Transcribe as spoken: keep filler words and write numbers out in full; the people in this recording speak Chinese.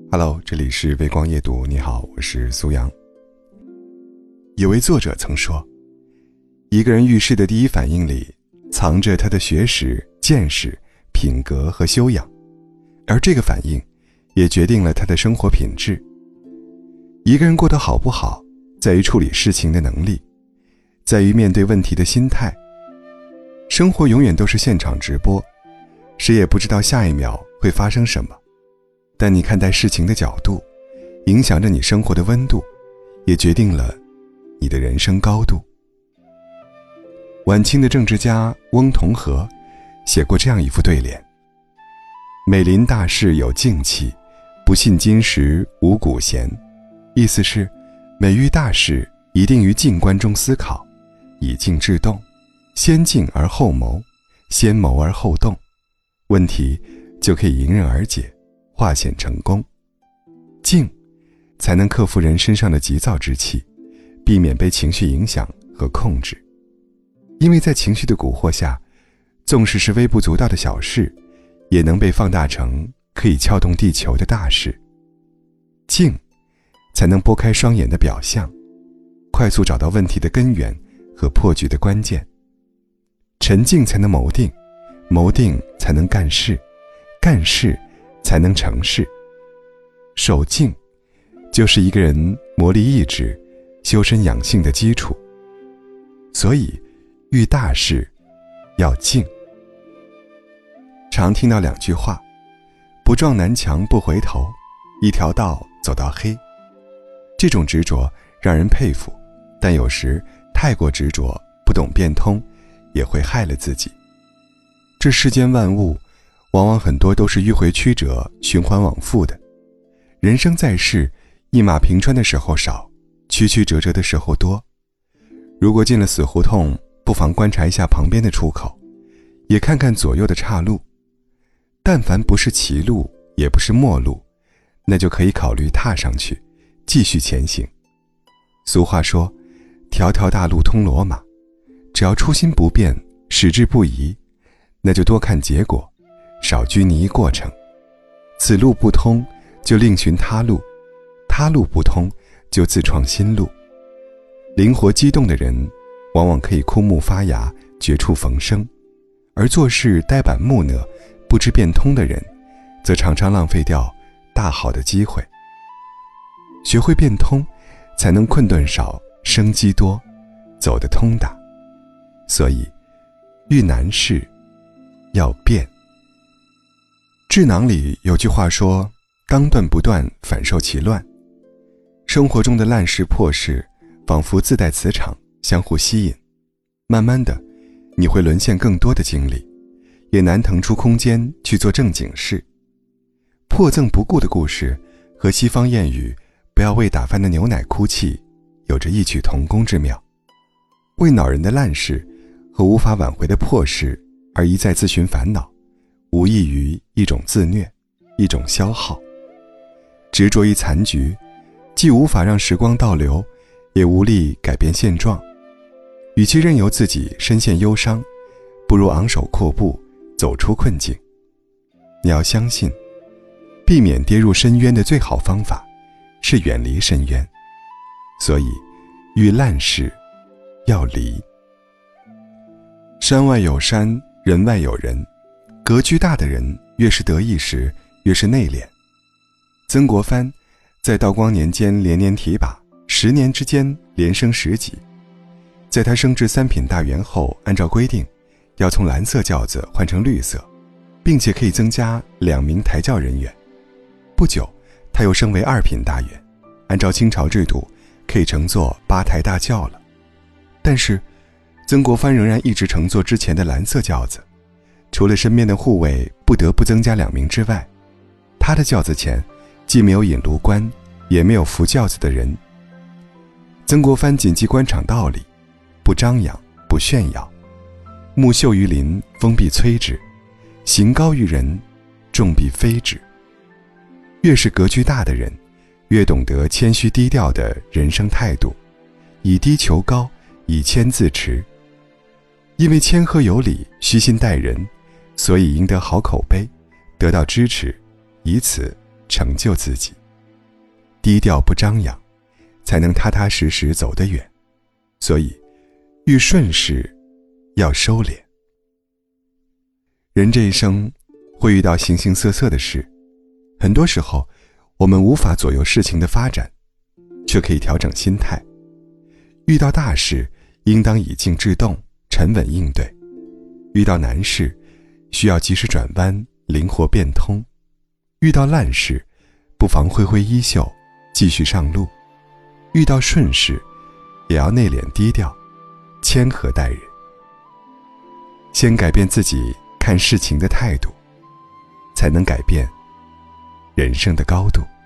Hello， 这里是微光夜读，你好，我是苏阳。有位作者曾说，一个人遇事的第一反应里藏着他的学识、见识、品格和修养，而这个反应也决定了他的生活品质。一个人过得好不好，在于处理事情的能力，在于面对问题的心态。生活永远都是现场直播，谁也不知道下一秒会发生什么，但你看待事情的角度，影响着你生活的温度，也决定了你的人生高度。晚清的政治家翁同龢写过这样一副对联：美临大事有静气，不信今时无古贤。意思是，每遇大事一定于静观中思考，以静制动，先静而后谋，先谋而后动，问题就可以迎刃而解，化险成功。静才能克服人身上的急躁之气，避免被情绪影响和控制。因为在情绪的蛊惑下，纵使是微不足道的小事，也能被放大成可以撬动地球的大事。静才能拨开双眼的表象，快速找到问题的根源和破局的关键。沉静才能谋定，谋定才能干事，干事才能成事。守静就是一个人磨砺意志、修身养性的基础。所以遇大事要静。常听到两句话：不撞南墙不回头，一条道走到黑。这种执着让人佩服，但有时太过执着，不懂变通，也会害了自己。这世间万物，往往很多都是迂回曲折、循环往复的。人生在世，一马平川的时候少，曲曲折折的时候多。如果进了死胡同，不妨观察一下旁边的出口，也看看左右的岔路。但凡不是歧路，也不是末路，那就可以考虑踏上去，继续前行。俗话说，条条大路通罗马，只要初心不变，矢志不移，那就多看结果，少拘泥于过程。此路不通，就另寻他路，他路不通，就自创新路。灵活机动的人往往可以枯木发芽，绝处逢生，而做事呆板木讷，不知变通的人则常常浪费掉大好的机会。学会变通，才能困顿少，生机多，走得通达。所以遇难事要变。智囊里有句话说，当断不断，反受其乱。生活中的烂事破事仿佛自带磁场，相互吸引，慢慢的你会沦陷更多的精力，也难腾出空间去做正经事。破赠不顾的故事和西方谚语不要为打翻的牛奶哭泣有着异曲同工之妙。为恼人的烂事和无法挽回的破事而一再自寻烦恼，无异于一种自虐，一种消耗。执着于残局，既无法让时光倒流，也无力改变现状。与其任由自己深陷忧伤，不如昂首阔步，走出困境。你要相信，避免跌入深渊的最好方法是远离深渊。所以遇烂事要离。山外有山，人外有人，格局大的人越是得意时越是内敛。曾国藩在道光年间连年提拔，十年之间连升十级。在他升至三品大员后，按照规定要从蓝色轿子换成绿色，并且可以增加两名抬轿人员。不久他又升为二品大员，按照清朝制度可以乘坐八抬大轿了。但是曾国藩仍然一直乘坐之前的蓝色轿子，除了身边的护卫不得不增加两名之外，他的轿子前既没有引路官，也没有扶轿子的人。曾国藩谨记官场道理，不张扬，不炫耀，木秀于林，风必摧之；行高于人，众必非之。越是格局大的人，越懂得谦虚低调的人生态度，以低求高，以谦自持。因为谦和有礼，虚心待人，所以赢得好口碑，得到支持，以此成就自己。 低调不张扬，才能踏踏实实走得远。所以遇顺时要收敛。人这一生会遇到形形色色的事，很多时候我们无法左右事情的发展，却可以调整心态。遇到大事应当以静制动，沉稳应对；遇到难事需要及时转弯，灵活变通；遇到烂事不妨挥挥衣袖，继续上路；遇到顺事也要内敛低调，谦和待人。先改变自己看事情的态度，才能改变人生的高度。